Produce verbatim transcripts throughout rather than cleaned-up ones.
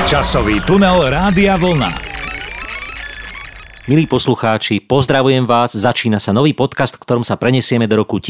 Časový tunel Rádia Vlna. Milí poslucháči, pozdravujem vás. Začína sa nový podcast, v ktorom sa prenesieme do roku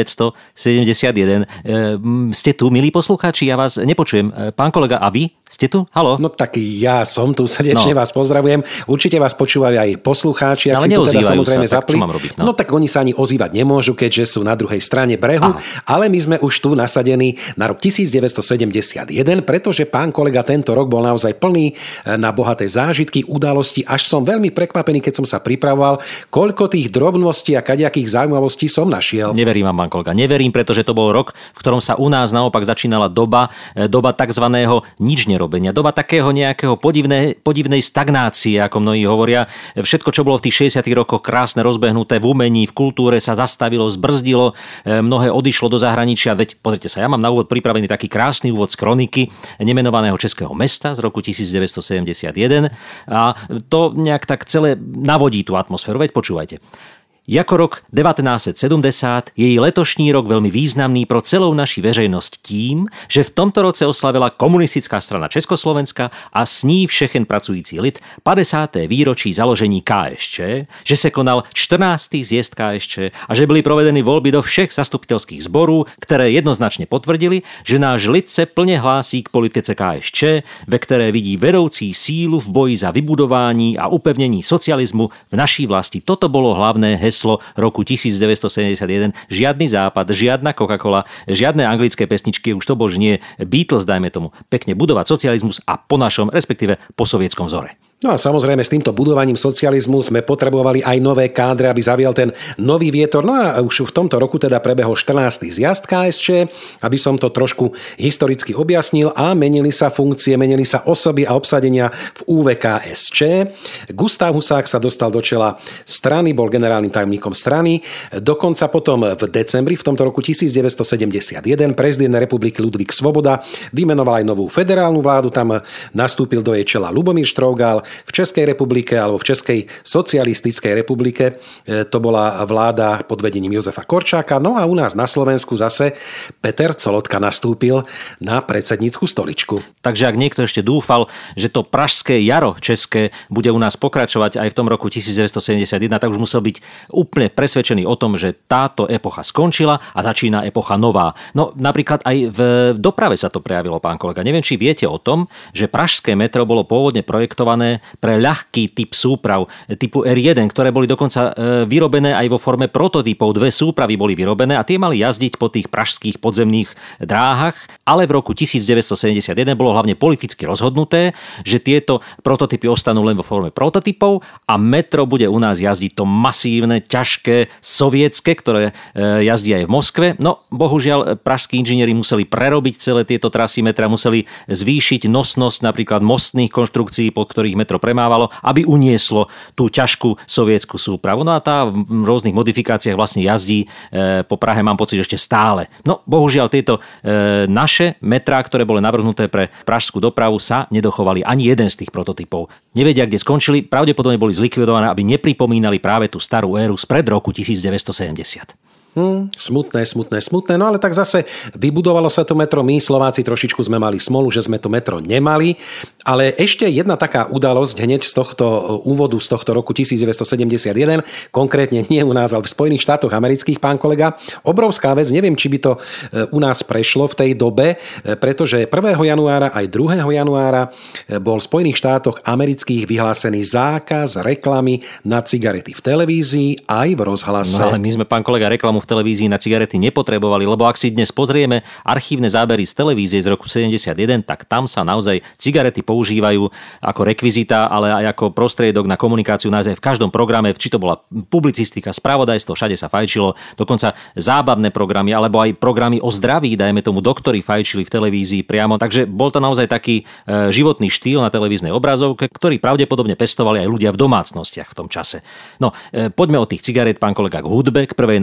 devätnásťsedemdesiatjeden. E, ste tu, milí poslucháči? Ja vás nepočujem. Pán kolega, a vy? Ste tu? Haló? No tak ja som tu, srdečne no. vás pozdravujem. Určite vás počúvajú aj poslucháči, ak ale si tu teda samozrejme sa, zapli. Tak čo mám robiť? No? no tak oni sa ani ozývať nemôžu, keďže sú na druhej strane brehu, Aha. ale my sme už tu nasadení na rok devätnásťsedemdesiatjeden, pretože pán kolega tento rok bol naozaj plný na bohaté zážitky, udalosti, až som veľmi prekvapený, keď som sa pripravoval, koľko tých drobností a kadejakých zaujímavostí som našiel. Neverím vám, pán kolega, neverím, pretože to bol rok, v ktorom sa u nás naopak začínala doba, doba takzvaného nič nerobenia, doba takého nejakého podivné, podivnej stagnácie, ako mnohí hovoria. Všetko, čo bolo v tých šesťdesiatych rokoch krásne rozbehnuté v umení, v kultúre, sa zastavilo, zbrzdilo, mnohé odišlo do zahraničia. Veď pozrite sa, ja mám na úvod pripravený taký krásny úvod z kroniky nemenovaného českého mesta z roku devätnásťsedemdesiatjeden a to nejak tak celé navodí tú atmosféru. Veď počúvajte. Jako rok devätnásťsedemdesiat je jej letošní rok veľmi významný pro celou naši veřejnosť tím, že v tomto roce oslavila komunistická strana Československa a s ní všechen pracující lid padesáté výročí založení ká es čé, že se konal čtrnáctý zjezd ká es čé a že byly provedeny volby do všech zastupitelských zborů, které jednoznačně potvrdili, že náš lid se plně hlásí k politice ká es čé, ve které vidí vedoucí sílu v boji za vybudování a upevnění socialismu v naší vlasti. Toto bolo hlavné heslo roku devätnásťsedemdesiatjeden. Žiadny západ, žiadna Coca-Cola, žiadne anglické pesničky, už to bož nie Beatles, dajme tomu, pekne budovať socializmus a po našom, respektíve po sovietskom vzore. No a samozrejme s týmto budovaním socializmu sme potrebovali aj nové kádre, aby zavial ten nový vietor. No a už v tomto roku teda prebehol štrnásty zjazd ká es čé, aby som to trošku historicky objasnil, a menili sa funkcie, menili sa osoby a obsadenia v ú vé ká es čé. Gustav Husák sa dostal do čela strany, bol generálnym tajomníkom strany. Dokonca potom v decembri v tomto roku devätnásťsedemdesiatjeden prezident republiky Ludvík Svoboda vymenoval aj novú federálnu vládu, tam nastúpil do jej čela Lubomír Štrougal. V Českej republike alebo v Českej socialistickej republike to bola vláda pod vedením Jozefa Korčáka. No a u nás na Slovensku zase Peter Colotka nastúpil na predsednícku stoličku. Takže ak niekto ešte dúfal, že to pražské jaro české bude u nás pokračovať aj v tom roku devätnásťsedemdesiatjeden, tak už musel byť úplne presvedčený o tom, že táto epocha skončila a začína epocha nová. No napríklad aj v doprave sa to prejavilo, pán kolega. Neviem, či viete o tom, že pražské metro bolo pôvodne projektované pre ľahký typ súprav typu er jeden, ktoré boli dokonca vyrobené aj vo forme prototypov. Dve súpravy boli vyrobené a tie mali jazdiť po tých pražských podzemných dráhach, ale v roku devätnásťsedemdesiatjeden bolo hlavne politicky rozhodnuté, že tieto prototypy ostanú len vo forme prototypov a metro bude u nás jazdiť to masívne, ťažké, sovietske, ktoré jazdí aj v Moskve. No, bohužiaľ, pražskí inžinieri museli prerobiť celé tieto trasy metra, museli zvýšiť nosnosť napríklad mostných konštrukcií, po ktorých metro premávalo, aby unieslo tú ťažkú sovietsku súpravu. No a tá v rôznych modifikáciách vlastne jazdí e, po Prahe, mám pocit, ešte stále. No bohužiaľ tieto e, naše metrá, ktoré boli navrhnuté pre pražskú dopravu, sa nedochovali ani jeden z tých prototypov. Nevedia, kde skončili, pravdepodobne boli zlikvidované, aby nepripomínali práve tú starú éru spred roku devätnásťsedemdesiat. Hmm, smutné, smutné, smutné. No ale tak zase vybudovalo sa to metro. My Slováci trošičku sme mali smolu, že sme to metro nemali. Ale ešte jedna taká udalosť hneď z tohto úvodu, z tohto roku devätnásťsedemdesiatjeden, konkrétne nie u nás, ale v Spojených štátoch amerických, pán kolega. Obrovská vec, neviem, či by to u nás prešlo v tej dobe, pretože prvého januára aj druhého januára bol v Spojených štátoch amerických vyhlásený zákaz reklamy na cigarety v televízii aj v rozhlase. No ale my sme, pán kolega, reklamu v televízii na cigarety nepotrebovali, lebo ak si dnes pozrieme archívne zábery z televízie z roku sedemdesiatjeden, tak tam sa naozaj cigarety používajú ako rekvizita, ale aj ako prostriedok na komunikáciu naozaj v každom programe, či to bola publicistika, spravodajstvo, všade sa fajčilo, dokonca zábavné programy, alebo aj programy o zdraví, dajme tomu, doktori fajčili v televízii priamo, takže bol to naozaj taký e, životný štýl na televíznej obrazovke, ktorý pravdepodobne pestovali aj ľudia v domácnostiach v tom čase. No, e, poďme od tých cigaret, pán kolega, k hudbe, k prvej našej piesni.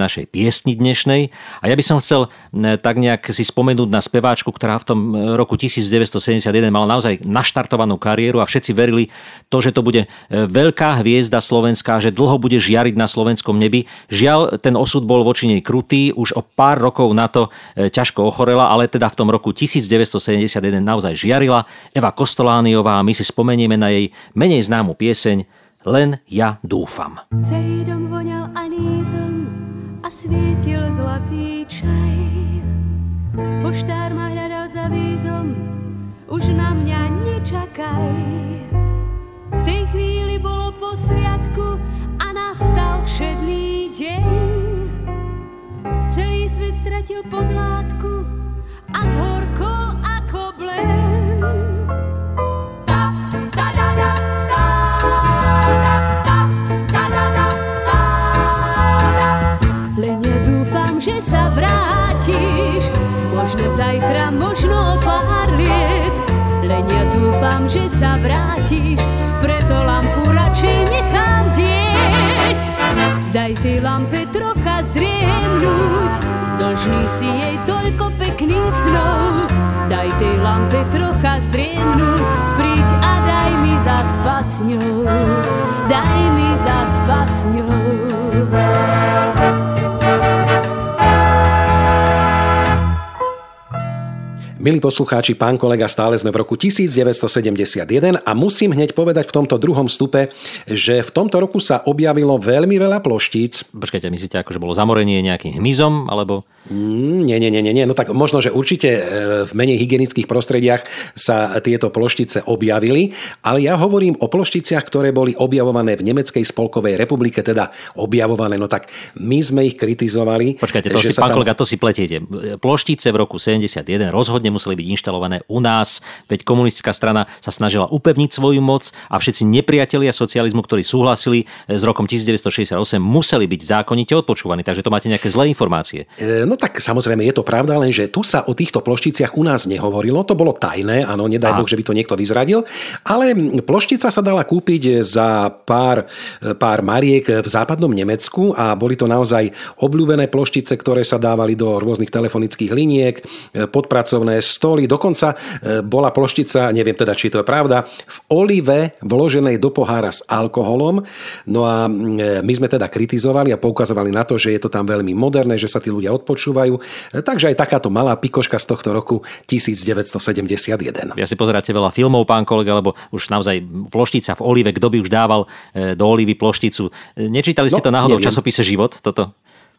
piesni dnešnej. A ja by som chcel tak nejak si spomenúť na speváčku, ktorá v tom roku devätnásťsedemdesiatjeden mala naozaj naštartovanú kariéru a všetci verili to, že to bude veľká hviezda slovenská, že dlho bude žiariť na slovenskom nebi. Žiaľ, ten osud bol voči nej krutý, už o pár rokov na to ťažko ochorela, ale teda v tom roku devätnásťsedemdesiatjeden naozaj žiarila. Eva Kostolániová, my si spomenieme na jej menej známu pieseň Len ja dúfam. Celý dom voňal anízom a svietil zlatý čaj. Poštár ma hľadal za vízom, už na mňa nečakaj. V tej chvíli bolo po sviatku a nastal všedný deň. Celý svet stratil pozlátku a zhorkol ako blen. Že sa vrátiš, možno zajtra, možno o pár liet. Len ja dúfam, že sa vrátiš, preto lampu radšej nechám dieť. Daj tej lampe trocha zdriemnúť, dlžný si jej toľko pekných snov. Daj tej lampe trocha zdriemnúť, príď a daj mi zaspať s ňou. Daj mi zaspať s ňou. Milí poslucháči, pán kolega, stále sme v roku devätnásťsedemdesiatjeden a musím hneď povedať v tomto druhom vstupe, že v tomto roku sa objavilo veľmi veľa ploštíc. Počkajte, myslíte, akože bolo zamorenie nejakým hmyzom, alebo... Mm, nie, nie, nie, nie. No tak možno, že určite v menej hygienických prostrediach sa tieto ploštice objavili, ale ja hovorím o plošticiach, ktoré boli objavované v Nemeckej spolkovej republike, teda objavované, no tak my sme ich kritizovali. Počkajte, to si, pán tam... kolega, to si pletiete. Ploštice v roku sedemdesiatjeden rozhodne museli byť inštalované u nás, veď komunistická strana sa snažila upevniť svoju moc a všetci nepriatelia socializmu, ktorí súhlasili s rokom devätnásťšesťdesiatosem, museli byť zákonite odpočúvaní, takže to máte nejaké zlé informácie. E, no tak samozrejme je to pravda, lenže tu sa o týchto plošticiach u nás nehovorilo, to bolo tajné, áno, nedaj Boh, že by to niekto vyzradil, ale ploštica sa dala kúpiť za pár, pár mariek v západnom Nemecku a boli to naozaj obľúbené ploštice, ktoré sa dávali do rôznych telefonických liniek, podpracovné stoly, dokonca bola ploštica, neviem teda, či to je pravda, v olive vloženej do pohára s alkoholom. No a my sme teda kritizovali a poukazovali na to, že je to tam veľmi moderné, že sa tí ľudia odpočúvajú. Takže aj takáto malá pikoška z tohto roku devätnásťsedemdesiatjeden. Ja si pozeráte veľa filmov, pán kolega, lebo už naozaj ploštica v olive, kto by už dával do olivy plošticu. Nečítali ste no, to náhodou neviem. V časopise Život, toto?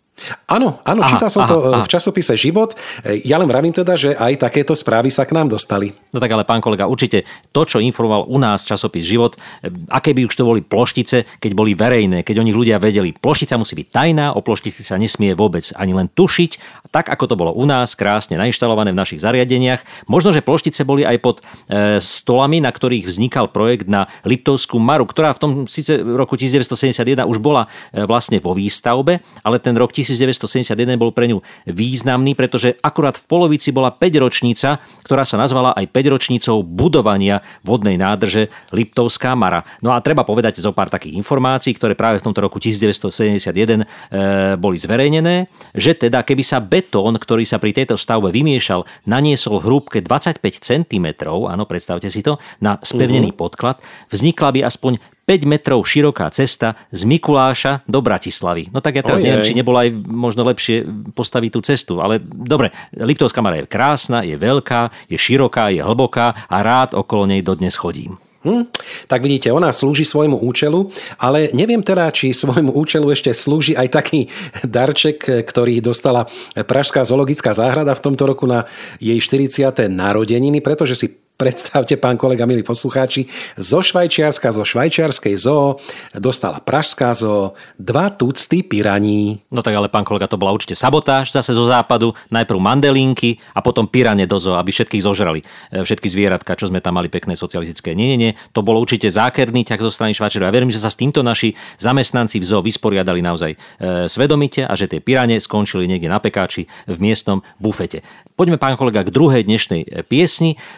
Áno, áno, aha, čítal som aha, to aha. v časopise Život. Ja len vravím teda, že aj takéto správy sa k nám dostali. No tak ale pán kolega, určite to, čo informoval u nás časopis Život, aké by už to boli ploštice, keď boli verejné, keď o nich ľudia vedeli. Ploštica musí byť tajná, o ploštici sa nesmie vôbec ani len tušiť, tak ako to bolo u nás, krásne nainštalované v našich zariadeniach. Možno, že ploštice boli aj pod e, stolami, na ktorých vznikal projekt na Liptovskú Maru, ktorá v tom síce v roku devätnásťsedemdesiatjeden už bola e, vlastne vo výstavbe, ale ten rok devätnásťsedemdesiatjeden bol pre ňu významný, pretože akurát v polovici bola päťročnica, ktorá sa nazvala aj päťročnicou budovania vodnej nádrže Liptovská Mara. No a treba povedať zo pár takých informácií, ktoré práve v tomto roku devätnásťsedemdesiatjeden e, boli zverejnené, že teda keby sa betón, ktorý sa pri tejto stavbe vymiešal, naniesol v hrúbke dvadsaťpäť centimetrov, áno, predstavte si to, na spevnený uh-huh. podklad, vznikla by aspoň päť metrov široká cesta z Mikuláša do Bratislavy. No tak ja teraz Ojej. neviem, či nebolo aj možno lepšie postaviť tú cestu, ale dobre, Liptovská Mara je krásna, je veľká, je široká, je hlboká a rád okolo nej dodnes chodím. Hm, tak vidíte, ona slúži svojmu účelu, ale neviem teda, či svojmu účelu ešte slúži aj taký darček, ktorý dostala Pražská zoologická záhrada v tomto roku na jej štyridsiate narodeniny, pretože si predstavte, pán kolega, milí poslucháči, zo Švajčiarska, zo švajčiarskej zoo dostala Pražská zoo dva tucty piraní. No tak ale, pán kolega, to bola určite sabotáž zase zo západu. Najprv mandelinky a potom pirane do zoo, aby všetkých zožrali. Všetky zvieratka, čo sme tam mali pekné socialistické. Nie, nie, nie. To bolo určite zákerný ťah zo strany Švajčiarov. Ja verím, že sa s týmto naši zamestnanci v zoo vysporiadali naozaj e, svedomite a že tie pirane skončili niekde na pekáči v miestnom bufete. Poďme, pán kolega, k druhej dnešnej piesni. Predstavme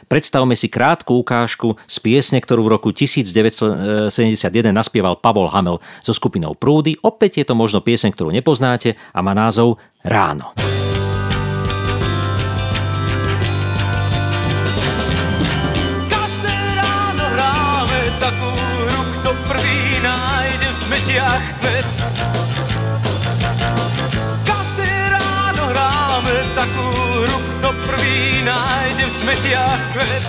Predstavme si krátku ukážku z piesne, ktorú v roku devätnásťsedemdesiatjeden naspieval Pavol Hamel so skupinou Prúdy. Opäť je to možno pieseň, ktorú nepoznáte a má názov Ráno. Každé ráno hráme takú hru, kto prvý nájde v smetiach kvet. Každé ráno hráme takú hru, kto prvý nájde v smetiach kvet.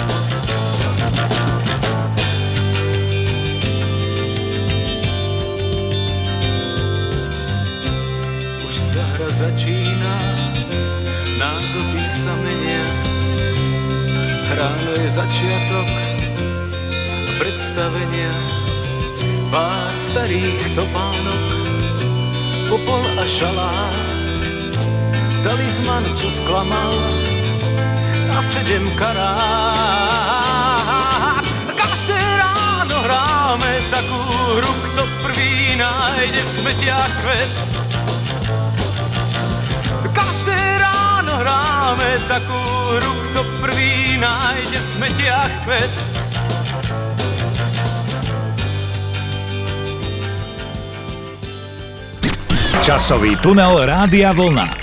Už sa hra začína, nádoby sa menia. Ráno je začiatok predstavenia. Pár starých topánok, popol a šalát, talizman, čo sklamal, a sedem karát. Každé ráno hráme takú hru, kto prvý nájde v smetiach kvet. Každé ráno hráme takú hru, kto prvý nájde v smetiach kvet. Časový tunel Rádia Vlna.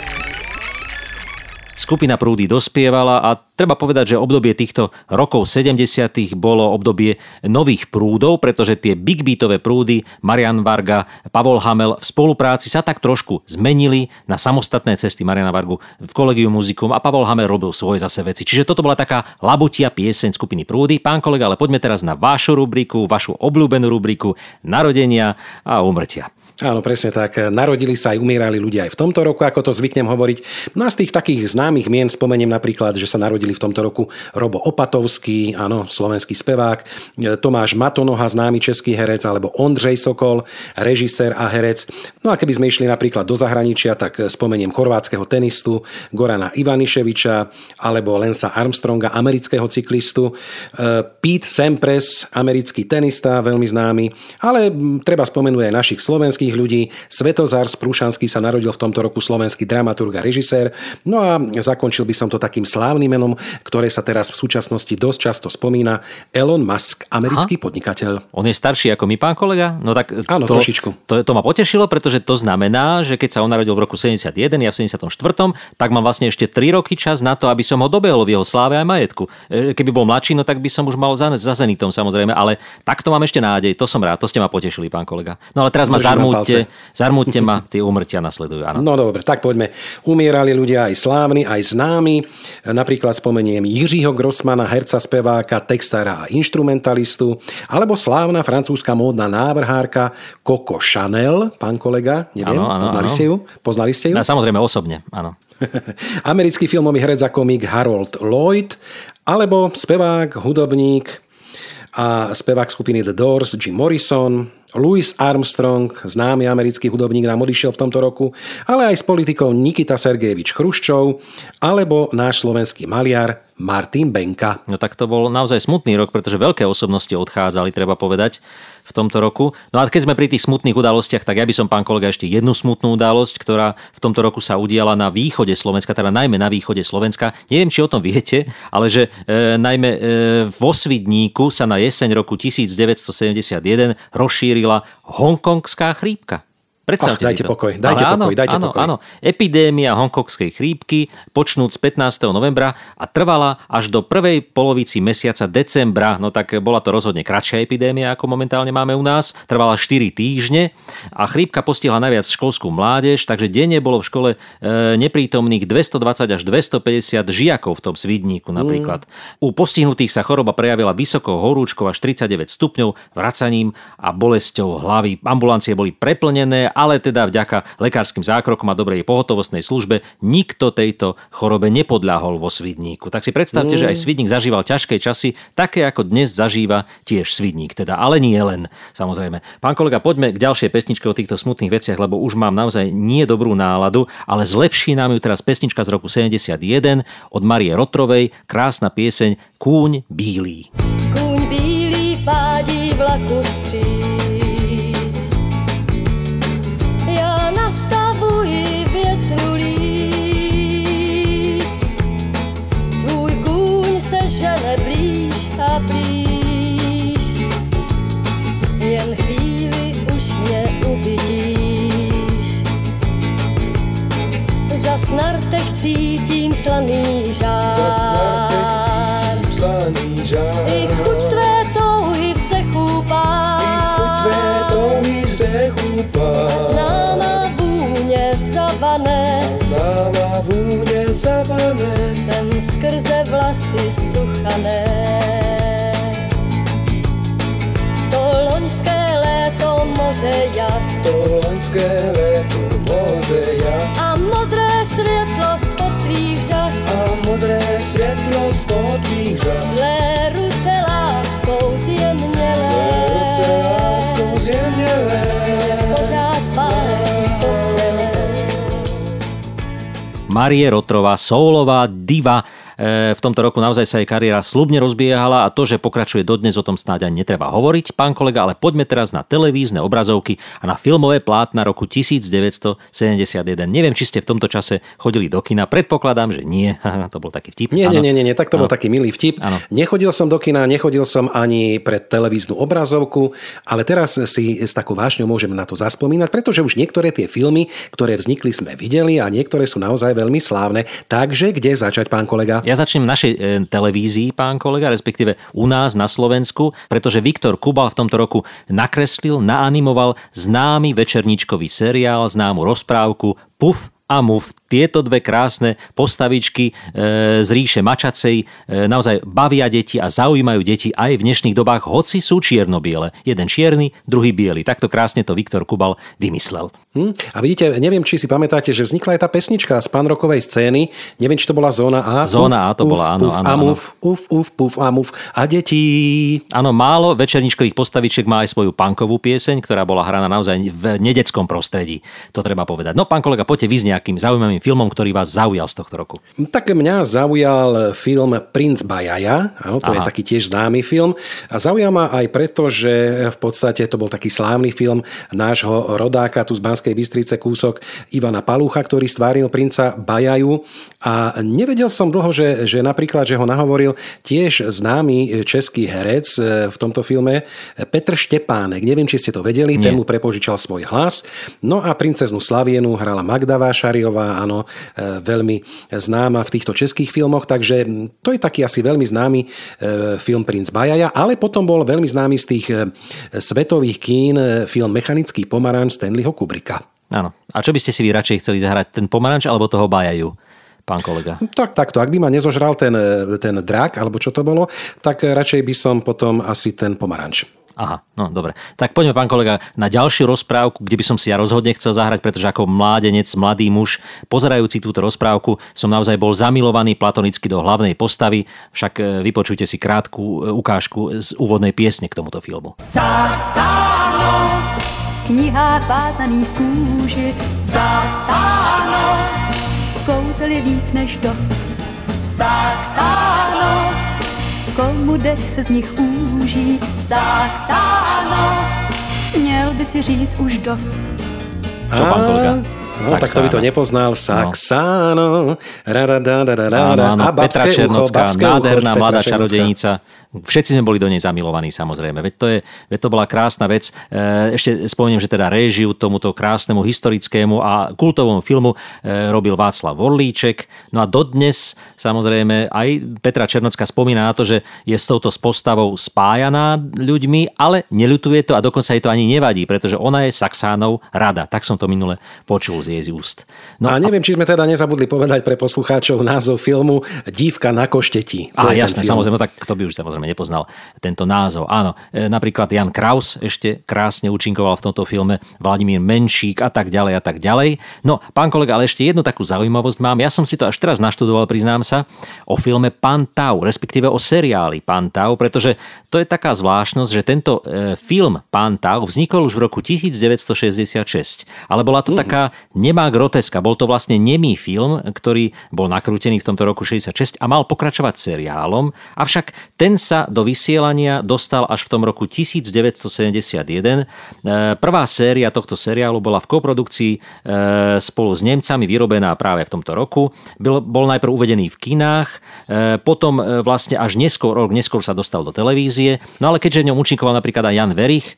Skupina Prúdy dospievala a treba povedať, že obdobie týchto rokov sedemdesiatych bolo obdobie nových prúdov, pretože tie big beatové prúdy Marian Varga, Pavol Hamel v spolupráci sa tak trošku zmenili na samostatné cesty. Mariana Vargu v Collegium Musicum a Pavol Hamel robil svoje zase veci. Čiže toto bola taká labutia pieseň skupiny Prúdy. Pán kolega, ale poďme teraz na vašu rubriku, vašu obľúbenú rubriku Narodenia a úmrtia. Áno, presne tak. Narodili sa aj umierali ľudia aj v tomto roku, ako to zvyknem hovoriť. No a z tých takých známych mien spomeniem napríklad, že sa narodili v tomto roku Robo Opatovský, áno, slovenský spevák, Tomáš Matonoha, známy český herec, alebo Ondřej Sokol, režisér a herec. No a keby sme išli napríklad do zahraničia, tak spomeniem chorvátskeho tenistu Gorana Ivaniševiča, alebo Lensa Armstronga, amerického cyklistu, Pete Sampras, americký tenista, veľmi známy, ale treba spomenúť aj našich slovenských ľudí. Svetozár Sprúšanský sa narodil v tomto roku, slovenský dramaturg a režisér. No a zakončil by som to takým slávnym menom, ktoré sa teraz v súčasnosti dosť často spomína. Elon Musk, americký Aha. podnikateľ. On je starší ako my, pán kolega? No tak Áno, to, trošičku. To, to ma potešilo, pretože to znamená, že keď sa on narodil v roku sedemdesiatjeden, ja v sedemdesiatom štvrtom, tak mám vlastne ešte tri roky čas na to, aby som ho dobehol v jeho sláve aj majetku. Keby bol mladší, no tak by som už mal za, za Zenitom, samozrejme, ale takto mám ešte nádej. To som rád, to ste ma potešili, pán kolega. No ale teraz ma zarmú Zarmúďte, zarmúďte ma, tie úmrtia nasledujú. Áno. No dobre, tak poďme. Umierali ľudia aj slávni, aj známi. Napríklad spomeniem Jiřího Grossmana, herca, speváka, textára a inštrumentalistu, alebo slávna francúzska módna návrhárka Coco Chanel, pán kolega, neviem, ano, ano, poznali ano. ste ju? Poznali ste ju? No, samozrejme, osobne, áno. Americký filmový herec a komik Harold Lloyd, alebo spevák, hudobník a spevák skupiny The Doors Jim Morrison, Louis Armstrong, známy americký hudobník, nám odišiel v tomto roku, ale aj s politikou Nikita Sergejevič Chruščov, alebo náš slovenský maliar Martin Benka. No tak to bol naozaj smutný rok, pretože veľké osobnosti odchádzali, treba povedať, v tomto roku. No a keď sme pri tých smutných udalostiach, tak ja by som, pán kolega, ešte jednu smutnú udalosť, ktorá v tomto roku sa udiala na východe Slovenska, teda najmä na východe Slovenska. Neviem, či o tom viete, ale že e, najmä e, vo Svidníku sa na jeseň roku devätnásťsedemdesiatjeden rozšírila hongkongská chrípka. Predstavte Ach, dajte si to. pokoj, dajte áno, pokoj, dajte áno, pokoj. Áno, epidémia hongkongskej chrípky počnúc z pätnásteho novembra a trvala až do prvej polovici mesiaca decembra. No tak bola to rozhodne kratšia epidémia, ako momentálne máme u nás. Trvala štyri týždne a chrípka postihla najviac školskú mládež, takže denne bolo v škole e, neprítomných dvestodvadsať až dvestopäťdesiat žiakov v tom Svidníku napríklad. Mm. U postihnutých sa choroba prejavila vysokou horúčkou až tridsaťdeväť stupňov, vracaním a bolesťou hlavy. Ambulancie boli preplnené, ale teda vďaka lekárskym zákrokom a dobrej pohotovostnej službe nikto tejto chorobe nepodľahol vo Svidníku. Tak si predstavte, mm. že aj Svidník zažíval ťažké časy, také ako dnes zažíva tiež Svidník, teda, ale nie len, samozrejme. Pán kolega, poďme k ďalšej pesničke o týchto smutných veciach, lebo už mám naozaj nie dobrú náladu, ale zlepší nám ju teraz pesnička z roku sedemdesiatjeden od Marie Rotrovej, krásna pieseň Kúň bílý. Kúň bílý pádí vlaku vstříc. Já nastavuji větru líc. Tvůj kůň se žene blíž. blíž. Jen chvíli už mě uvidíš. Zas na rtech cítím slaný žár. I chuť tvé touhy vzdechu pár. Známá vůně zavané. Jsem skrze vlasy zcuchané. To loňské léto moře jas. A modré světlo spod tvých žas. Zlé ruce láskou zjemnělé. Mě pořád pálí po těle. Márie Rotrová, soulová diva. V tomto roku naozaj sa jej kariéra sľubne rozbiehala a to, že pokračuje dodnes, o tom snáď ani netreba hovoriť, pán kolega, ale poďme teraz na televízne obrazovky a na filmové plátna roku devätnásťsedemdesiatjeden. Neviem, či ste v tomto čase chodili do kina, predpokladám, že nie. To bol taký vtip. Nie, nie, nie, nie, tak to ano. Bol taký milý vtip. Ano. Nechodil som do kina, nechodil som ani pred televíznu obrazovku, ale teraz si s takou vášňou môžem na to zaspomínať, pretože už niektoré tie filmy, ktoré vznikli, sme videli a niektoré sú naozaj veľmi slávne. Takže kde začať, pán kolega? Ja začnem v našej e, televízii, pán kolega, respektíve u nás na Slovensku, pretože Viktor Kubal v tomto roku nakreslil, naanimoval známy večerníčkový seriál, známu rozprávku Puf a Muf. Tieto dve krásne postavičky e, z ríše mačacej e, naozaj bavia deti a zaujímajú deti aj v dnešných dobách, hoci sú čierno-biele. Jeden čierny, druhý biely. Takto krásne to Viktor Kubal vymyslel. Hm? A vidíte, neviem, či si pamätáte, že vznikla aj tá pesnička z panrokovej scény. Neviem, či to bola Zóna A. Zóna A to uf, bola, áno. Uf, áno, a áno. muf, uf, uf, puf a muf a deti. Áno, málo večerníčkových postavičiek má aj svoju punkovú pieseň, ktorá bola hraná naozaj v nedeckom prostredí. To treba povedať. No, pán kolega, poďte vy s nejakým zaujímavým filmom, ktorý vás zaujal z tohto roku. Tak mňa zaujal film Princ Bajaja. Áno, to Aha. je taký tiež známy film. A zaujal ma aj preto, že v podstate to bol taký slávny film nášho rodáka tu z Banskej Bystrice kúsok Ivana Palúcha, ktorý stváril princa Bajaju. A nevedel som dlho, že, že napríklad, že ho nahovoril tiež známy český herec v tomto filme Petr Štepánek. Neviem, či ste to vedeli, ten mu prepožičal svoj hlas. No a princeznu Slavienu hrala Magda Vášariová, áno, veľmi známa v týchto českých filmoch, takže to je taký asi veľmi známy film Princ Bajaja, ale potom bol veľmi známy z tých svetových kín film Mechanický pomaranč Stanleyho Kubricka. Áno. A čo by ste si vy radšej chceli zahrať, ten pomaranč alebo toho Bajaju, pán kolega? Tak, takto, ak by ma nezožral ten, ten drak, alebo čo to bolo, tak radšej by som potom asi ten pomaranč. Aha, no dobre. Tak poďme, pán kolega, na ďalšiu rozprávku, kde by som si ja rozhodne chcel zahrať, pretože ako mládenec, mladý muž, pozerajúci túto rozprávku, som naozaj bol zamilovaný platonicky do hlavnej postavy, však vypočujte si krátku ukážku z úvodnej piesne k tomuto filmu. Zapsáno v knihách vázaných kůži, zapsáno kouzel je víc než dost, zapsáno komu dech se z nich úží, zapsáno, měl by si říct už dost. Čo, pán kolega? No, tak to by to nepoznal. Saxáno. Áno, Petra Černocká, nádherná mladá čarodejnica. Všetci sme boli do nej zamilovaní, samozrejme. Veď to, je, veď to bola krásna vec. Ešte spomeniem, že teda réžiu tomuto krásnemu historickému a kultovému filmu robil Václav Vorlíček. No a dodnes, samozrejme, aj Petra Černocká spomína na to, že je s touto postavou spájaná ľuďmi, ale neľutuje to a dokonca jej to ani nevadí, pretože ona je Saxánov rada. Tak som to minule počul z jej úst. No a neviem, a... či sme teda nezabudli povedať pre poslucháčov názov filmu Dívka na košteti. Á, jasné, samozrejme, tak kto by už samozrejme nepoznal tento názov. Áno, e, napríklad Jan Kraus ešte krásne účinkoval v tomto filme, Vladimír Menšík a tak ďalej a tak ďalej. No, pán kolega, ale ešte jednu takú zaujímavosť mám. Ja som si to až teraz naštudoval, priznám sa, o filme Pán Tau, respektíve o seriáli Pán Tau, pretože to je taká zvláštnosť, že tento e, film Pán Tau vznikol už v roku devätnásťšesťdesiatšesť, ale bola to mm. taká nemá groteska. Bol to vlastne nemý film, ktorý bol nakrútený v tomto roku šesťdesiatšesť a mal pokračovať seriálom, avšak ten sa sa do vysielania dostal až v tom roku devätnásťsedemdesiatjeden. Prvá séria tohto seriálu bola v koprodukcii spolu s Nemcami vyrobená práve v tomto roku. Bol najprv uvedený v kinách, potom vlastne až neskôr, rok neskôr sa dostal do televízie. No ale keďže v ňom účinkoval napríklad aj Jan Werich,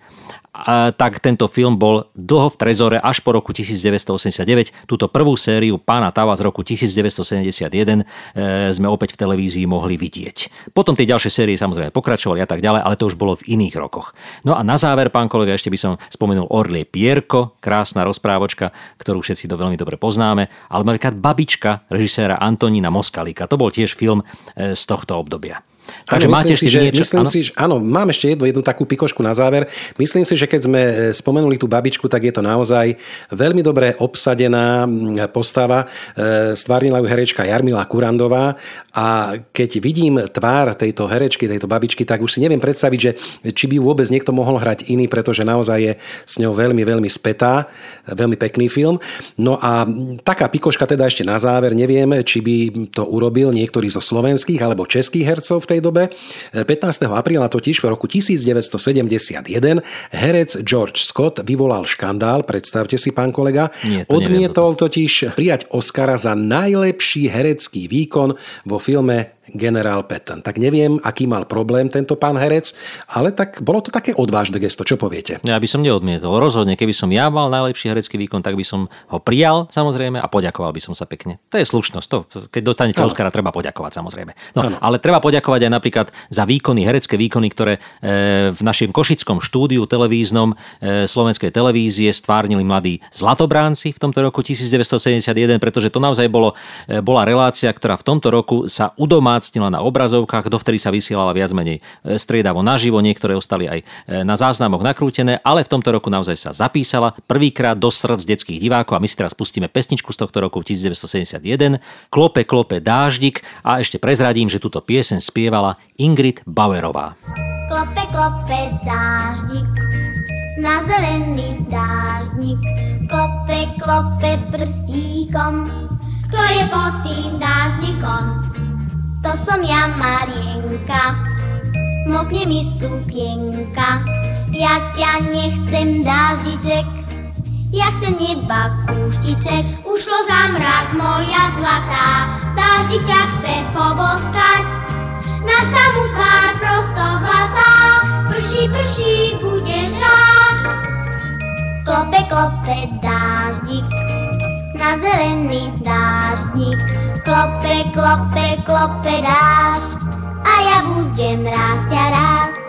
tak tento film bol dlho v trezore až po roku devätnásťstoosemdesiatdeväť. Túto prvú sériu Pána Tava z roku devätnásťsedemdesiatjeden sme opäť v televízii mohli vidieť. Potom tie ďalšie série samozrejme pokračovali a tak ďalej, ale to už bolo v iných rokoch. No a na záver, pán kolega, ešte by som spomenul Orlie Pierko, krásna rozprávočka, ktorú všetci to veľmi dobre poznáme, ale napríklad Babička režiséra Antonína Moskalika. To bol tiež film z tohto obdobia. Takže ano, máte ešte si, niečo? Myslím áno? si, že áno, mám ešte jednu, jednu takú pikošku na záver. Myslím si, že keď sme spomenuli tú babičku, tak je to naozaj veľmi dobre obsadená postava. Stvárnila ju herečka Jarmila Kurandová a keď vidím tvár tejto herečky, tejto babičky, tak už si neviem predstaviť, že či by ju vôbec niekto mohol hrať iný, pretože naozaj je s ňou veľmi, veľmi spätá. Veľmi pekný film. No a taká pikoška teda ešte na záver. Neviem, či by to urobil niektorý zo slovenských alebo českých hercov v tej dobe. pätnásteho apríla totiž v roku devätnásťsedemdesiatjeden herec George Scott vyvolal škandál, predstavte si, pán kolega. Nie, to Odmietol totiž prijať Oscara za najlepší herecký výkon vo filme Generál Patton. Tak neviem, aký mal problém tento pán herec, ale tak bolo to také odvážne gesto, čo poviete? Ja by som neodmietol. Rozhodne, keby som ja mal najlepší herecký výkon, tak by som ho prijal, samozrejme, a poďakoval by som sa pekne. To je slušnosť. To, keď dostanete ano. Oscara, treba poďakovať, samozrejme. No, ale treba poďakovať aj napríklad za výkony, herecké výkony, ktoré e, v našom košickom štúdiu televíznom e, slovenskej televízie stvárnili mladí Zlatobránci v tomto roku devätnásťsedemdesiatjeden, pretože to naozaj bolo, e, bola relácia, ktorá v tomto roku sa udomá na obrazovkách, dovtedy sa vysielala viac menej striedavo naživo, niektoré ostali aj na záznamoch nakrútené, ale v tomto roku naozaj sa zapísala prvýkrát do srdc detských divákov a my si teraz pustíme pesničku z tohto roku devätnásťsedemdesiatjeden, Klope, klope dáždik, a ešte prezradím, že túto pieseň spievala Ingrid Bauerová. Klope, klope dáždik, na zelený dáždnik, klope, klope prstíkom, kto je pod tým dáždikom? To som ja, Marienka, mokne mi sukienka. Ja ťa nechcem, dáždiček, ja chcem neba kúštiček. Ušlo za mrak, moja zlatá, dáždik ťa chce poboskať. Náš tam mu tvár prosto vlasá, prší, prší, budeš rásť. Klope, klope dáždik, na zelený dáždnik. Klope, klope, klope dážď a ja budem rásť a rásť.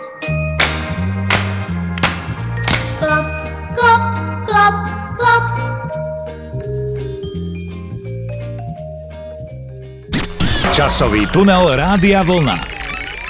Klop, klop, klop, klop. Časový tunel Rádia Vlna.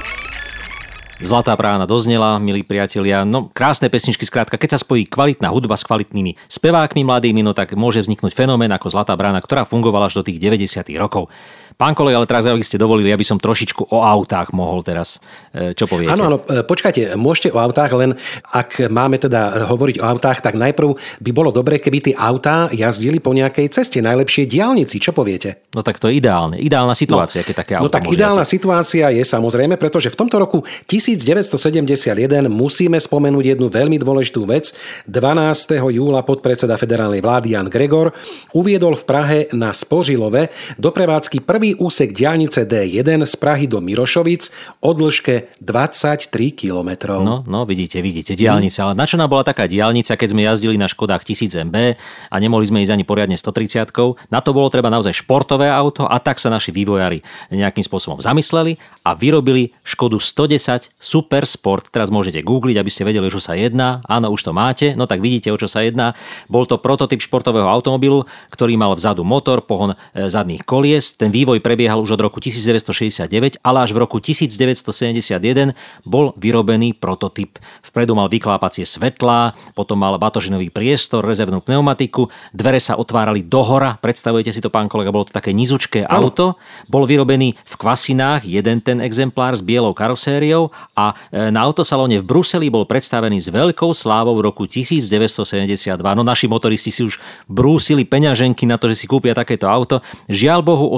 Zlatá brána doznela, milí priatelia. No, krásne pesničky, skrátka, keď sa spojí kvalitná hudba s kvalitnými spevákmi mladými, no tak môže vzniknúť fenomén ako Zlatá brána, ktorá fungovala až do tých deväťdesiatych rokov. Pán kolega, ale teraz, ak ste dovolili, ja by som trošičku o autách mohol teraz. Čo poviete? Áno, áno, počkajte, môžete o autách, len ak máme teda hovoriť o autách, tak najprv by bolo dobre, keby tie autá jazdili po nejakej ceste, najlepšie diaľnici. Čo poviete? No tak to je ideálne. Ideálna situácia, no, keď také auto No tak môže ideálna jazdiť. situácia je samozrejme, pretože v tomto roku devätnásťsedemdesiatjeden musíme spomenúť jednu veľmi dôležitú vec. dvanásteho júla podpredseda federálnej vlády Jan Gregor uviedol v Prahe na Spořilove do prevádzky prvý úsek diaľnice dé jeden z Prahy do Mirošovic o dĺžke dvadsaťtri kilometrov. No, no, vidíte, vidíte, diaľnica. Ale na čo nám bola taká diaľnica, keď sme jazdili na Škodách tisíc em bé a nemohli sme ísť ani poriadne stotridsiatkou? Na to bolo treba naozaj športové auto a tak sa naši vývojári nejakým spôsobom zamysleli a vyrobili Škodu stodesať Super Sport. Teraz môžete googliť, aby ste vedeli, o čo sa jedná. Áno, už to máte. No tak vidíte, o čo sa jedná. Bol to prototyp športového automobilu, ktorý mal vzadu motor, pohon zadných kolies. Ten vývoj prebiehal už od roku devätnásťšesťdesiatdeväť, ale až v roku devätnásťsedemdesiatjeden bol vyrobený prototyp. Vpredu mal vyklápacie svetlá, potom mal batožinový priestor, rezervnú pneumatiku, dvere sa otvárali dohora. Predstavujete si to, pán kolega, bolo to také nizučké auto. Bol vyrobený v Kvasinách, jeden ten exemplár s bielou karosériou a na autosalóne v Bruseli bol predstavený s veľkou slávou v roku devätnásťsedemdesiatdva. No naši motoristi si už brúsili peňaženky na to, že si kúpia takéto auto. Žiaľ Bohu, ostalo iba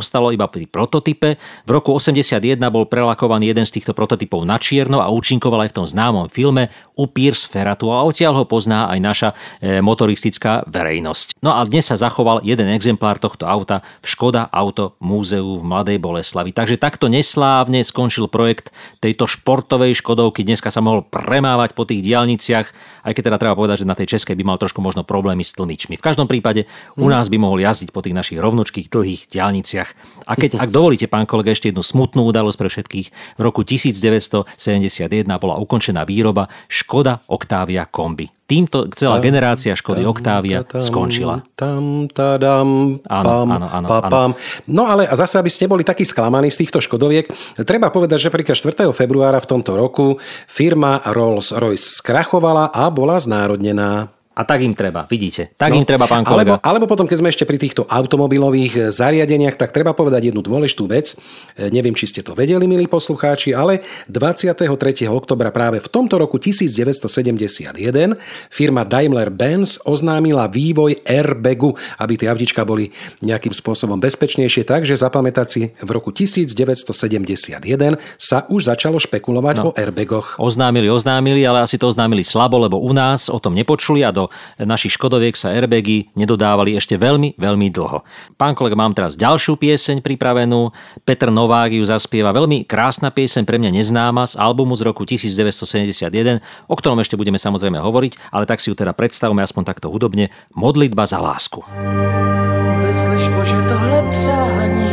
pri prototype. V roku osemdesiatjeden bol prelakovaný jeden z týchto prototypov na čierno a účinkoval aj v tom známom filme Upír z Feratu a odtiaľ ho pozná aj naša e, motoristická verejnosť. No a dnes sa zachoval jeden exemplár tohto auta v Škoda Auto múzeu v Mladej Boleslavi. Takže takto neslávne skončil projekt tejto športovej Škodovky. Dneska sa mohol premávať po tých diaľniciach, aj keď teda treba povedať, že na tej českej by mal trošku možno problémy s tlmičmi. V každom prípade u nás by mohol jazdiť po tých našich rovnočkých dlhých diaľniciach. A keď, ak dovolíte, pán kolega, ešte jednu smutnú udalosť pre všetkých, v roku devätnásťsedemdesiatjeden bola ukončená výroba Škoda Octavia Kombi. Týmto celá generácia Škody Octavia skončila. Tam, tadam, áno, áno, áno, papam. No ale a zase, aby ste neboli takí sklamaní z týchto Škodoviek, treba povedať, že príklad štvrtého februára v tomto roku firma Rolls-Royce skrachovala a bola znárodnená. A tak im treba, vidíte. Tak no, im treba, pán kolega. Alebo, alebo potom, keď sme ešte pri týchto automobilových zariadeniach, tak treba povedať jednu dôležitú vec. Neviem, či ste to vedeli, milí poslucháči, ale dvadsiateho tretieho októbra práve v tomto roku devätnásťsedemdesiatjeden firma Daimler-Benz oznámila vývoj airbagu, aby tie autička boli nejakým spôsobom bezpečnejšie. Takže zapamätať si, v roku devätnásťsedemdesiatjeden sa už začalo špekulovať no, o airbagoch. Oznámili, oznámili, ale asi to oznámili slabo, lebo u nás o tom nepočuli a do našich Škodoviek sa airbagy nedodávali ešte veľmi, veľmi dlho. Pán kolega, mám teraz ďalšiu pieseň pripravenú. Petr Novák ju zaspieva. Veľmi krásna pieseň, pre mňa neznáma, z albumu z roku devätnásťsedemdesiatjeden, o ktorom ešte budeme samozrejme hovoriť, ale tak si ju teda predstavme aspoň takto hudobne. Modlitba za lásku. Vyslyš, Bože, tohle přání,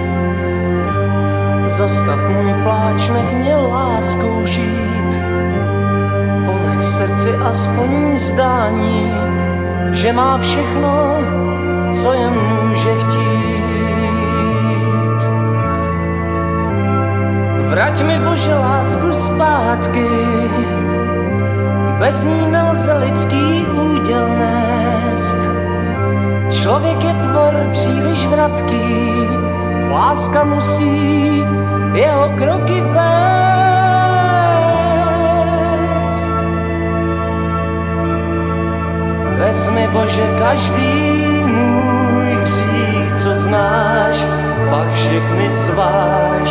zostav můj pláč, nech mě láskou žít. Ponech srdci aspoň zdání, že má všechno, co jen může chtít. Vrať mi, Bože, lásku zpátky, bez ní nelze lidský úděl nést. Člověk je tvor příliš vratký, láska musí jeho kroky vést. Vezmi, Bože, každý můj hřích, co znáš, pak všechny zváž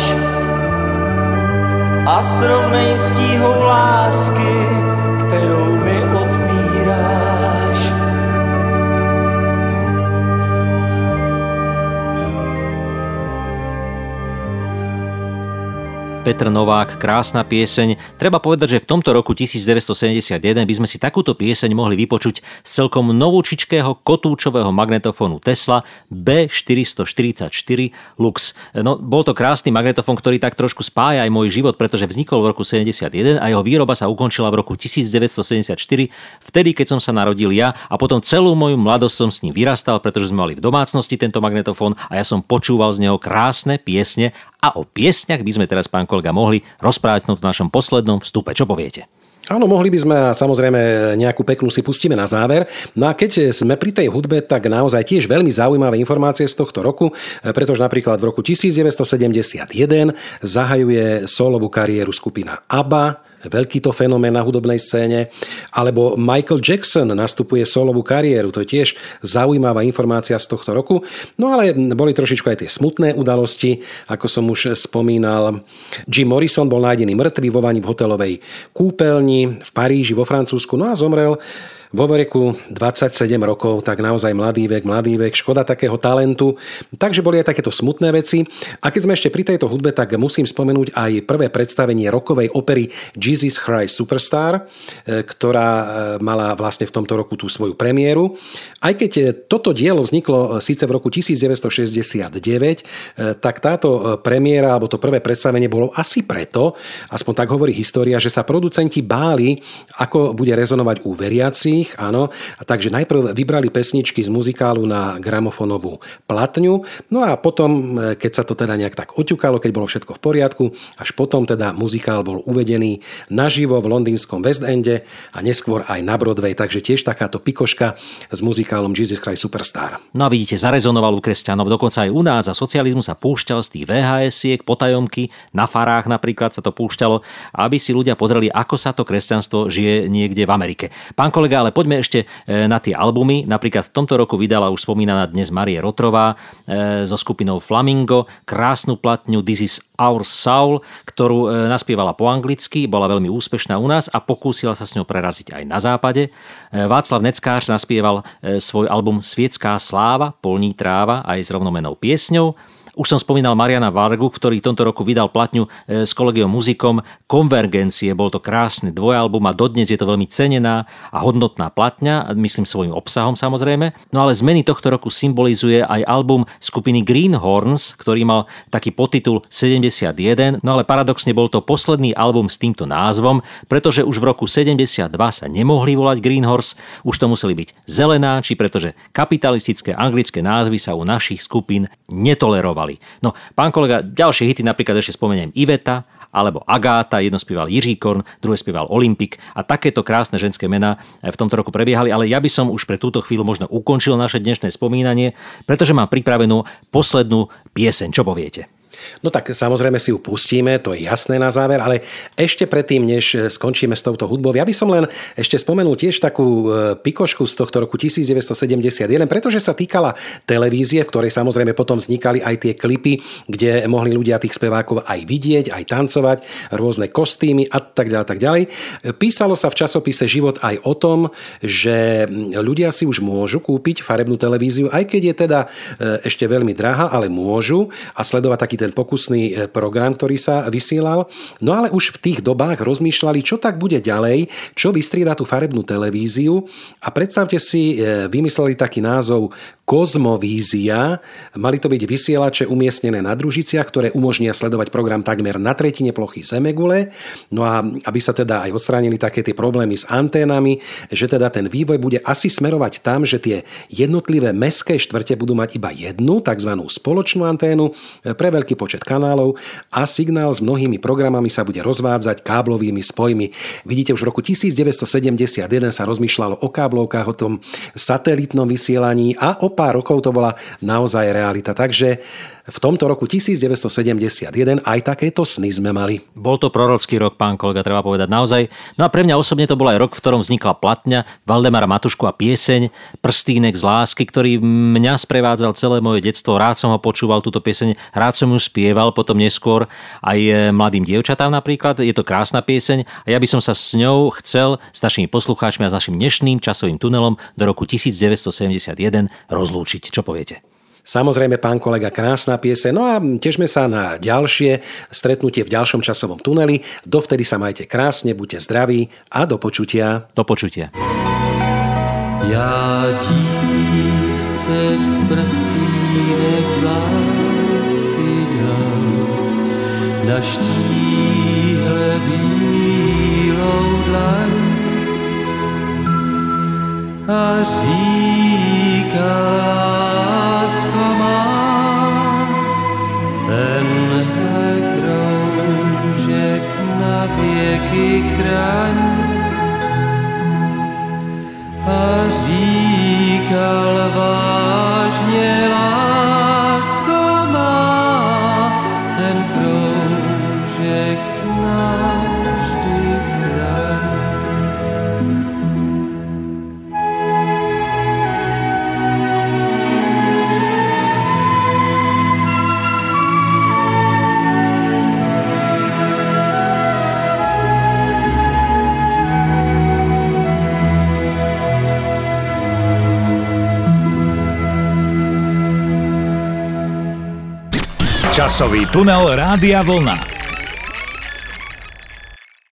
a srovnej s tíhou lásky, kterou mi odpíráš. Petr Novák, krásna pieseň. Treba povedať, že v tomto roku devätnásťsedemdesiatjeden by sme si takúto pieseň mohli vypočuť z celkom novúčičkého kotúčového magnetofónu Tesla bé štyristoštyridsaťštyri Lux. No, bol to krásny magnetofón, ktorý tak trošku spája aj môj život, pretože vznikol v roku sedemdesiatjeden a jeho výroba sa ukončila v roku devätnásťsedemdesiatštyri, vtedy, keď som sa narodil ja, a potom celú moju mladosť som s ním vyrastal, pretože sme mali v domácnosti tento magnetofón a ja som počúval z neho krásne piesne. A o piesňach by sme teraz, pán kolega, mohli rozprávať v našom poslednom vstupe. Čo poviete? Áno, mohli by sme a samozrejme nejakú peknú si pustíme na záver. No a keď sme pri tej hudbe, tak naozaj tiež veľmi zaujímavé informácie z tohto roku, pretože napríklad v roku devätnásťsedemdesiatjeden zahajuje solovú kariéru skupina ABBA, veľký to fenomén na hudobnej scéne, alebo Michael Jackson nastupuje solovú kariéru, to je tiež zaujímavá informácia z tohto roku. No ale boli trošičku aj tie smutné udalosti, ako som už spomínal. Jim Morrison bol nájdený mŕtvý vo vani v hotelovej kúpeľni v Paríži vo Francúzsku, no a zomrel vo veku dvadsaťsedem rokov, tak naozaj mladý vek, mladý vek, škoda takého talentu. Takže boli aj takéto smutné veci. A keď sme ešte pri tejto hudbe, tak musím spomenúť aj prvé predstavenie rockovej opery Jesus Christ Superstar, ktorá mala vlastne v tomto roku tú svoju premiéru. Aj keď toto dielo vzniklo síce v roku devätnásťšesťdesiatdeväť, tak táto premiéra, alebo to prvé predstavenie bolo asi preto, aspoň tak hovorí história, že sa producenti báli, ako bude rezonovať u veriacich. Áno, a takže najprv vybrali pesničky z muzikálu na gramofónovú platňu, no a potom, keď sa to teda nejak tak oťukalo, keď bolo všetko v poriadku, až potom teda muzikál bol uvedený naživo v londýnskom West Ende a neskôr aj na Broadway, takže tiež takáto pikoška s muzikálom Jesus Christ Superstar. No a vidíte, zarezonoval u kresťanov, dokonca aj u nás za socializmu sa púšťal z tých vé há esiek, potajomky, na farách napríklad sa to púšťalo, aby si ľudia pozreli, ako sa to kresťanstvo žije niekde v Amerike. Pán kolega, ale ale poďme ešte na tie albumy. Napríklad v tomto roku vydala už spomínaná dnes Marie Rotrová so skupinou Flamingo krásnu platňu This is Our Soul, ktorú naspievala po anglicky, bola veľmi úspešná u nás a pokúsila sa s ňou preraziť aj na západe. Václav Neckář naspieval svoj album Svietská sláva, polní tráva aj s rovnomennou piesňou. Už som spomínal Mariana Vargu, ktorý v tomto roku vydal platňu s Collegium Musicom Konvergencie. Bol to krásny dvojalbum a dodnes je to veľmi cenená a hodnotná platňa, myslím svojím obsahom samozrejme. No ale zmeny tohto roku symbolizuje aj album skupiny Greenhorns, ktorý mal taký podtitul sedemdesiatjeden, no ale paradoxne bol to posledný album s týmto názvom, pretože už v roku sedemdesiatdva sa nemohli volať Greenhorns, už to museli byť Zelenáči, pretože kapitalistické anglické názvy sa u našich skupín netolerovali. No, pán kolega, ďalšie hity napríklad ešte spomeniem Iveta alebo Agáta, jedno spieval Jiří Korn, druhé spieval Olympik a takéto krásne ženské mená v tomto roku prebiehali, ale ja by som už pre túto chvíľu možno ukončil naše dnešné spomínanie, pretože mám pripravenú poslednú pieseň. Čo poviete? No tak samozrejme si ju pustíme, to je jasné na záver, ale ešte predtým, než skončíme s touto hudbou, ja by som len ešte spomenul tiež takú pikošku z tohto roku devätnásťsedemdesiatjeden, pretože sa týkala televízie, v ktorej samozrejme potom vznikali aj tie klipy, kde mohli ľudia tých spevákov aj vidieť, aj tancovať, rôzne kostýmy a tak ďalej, tak ďalej. Písalo sa v časopise Život aj o tom, že ľudia si už môžu kúpiť farebnú televíziu, aj keď je teda ešte veľmi drahá, ale môžu a sledovať taký ten pokusný program, ktorý sa vysielal. No ale už v tých dobách rozmýšľali, čo tak bude ďalej, čo vystrieda tú farebnú televíziu a predstavte si, vymysleli taký názov Kozmovízia. Mali to byť vysielače umiestnené na družiciach, ktoré umožnia sledovať program takmer na tretine plochy Zemegule. No a aby sa teda aj odstránili také tie problémy s anténami, že teda ten vývoj bude asi smerovať tam, že tie jednotlivé mestské štvrte budú mať iba jednu, takzvanú spoločnú anténu pre veľký počet kanálov a signál s mnohými programami sa bude rozvádzať káblovými spojmi. Vidíte, už v roku devätnásťsedemdesiatjeden sa rozmýšľalo o káblovkách, o tom satelitnom vysielaní a o pár rokov to bola naozaj realita. Takže v tomto roku devätnásťsedemdesiatjeden aj takéto sny sme mali. Bol to prorocký rok, pán kolega, treba povedať naozaj. No a pre mňa osobne to bol aj rok, v ktorom vznikla platňa Valdemara Matušku a pieseň Prstínek z lásky, ktorý mňa sprevádzal celé moje detstvo. Rád som ho počúval, túto pieseň, rád som ju spieval, potom neskôr aj mladým dievčatám napríklad. Je to krásna pieseň a ja by som sa s ňou chcel s našimi poslucháčmi a s našim dnešným časovým tunelom do roku devätnásťsedemdesiatjeden rozlúčiť. Čo poviete? Samozrejme, pán kolega, krásna pieseň. No a tešme sa na ďalšie stretnutie v ďalšom časovom tuneli. Dovtedy sa majte krásne, buďte zdraví a do počutia. Do počutia. Já dívce prstínek z lásky dám, na štíhle bílou dlaň a říkala: lásko má, tenhle kroužek na věky chraň. A říkal vážně: lásko má, ten kroužek navždy chraň. Časový tunel Rádia Vlna.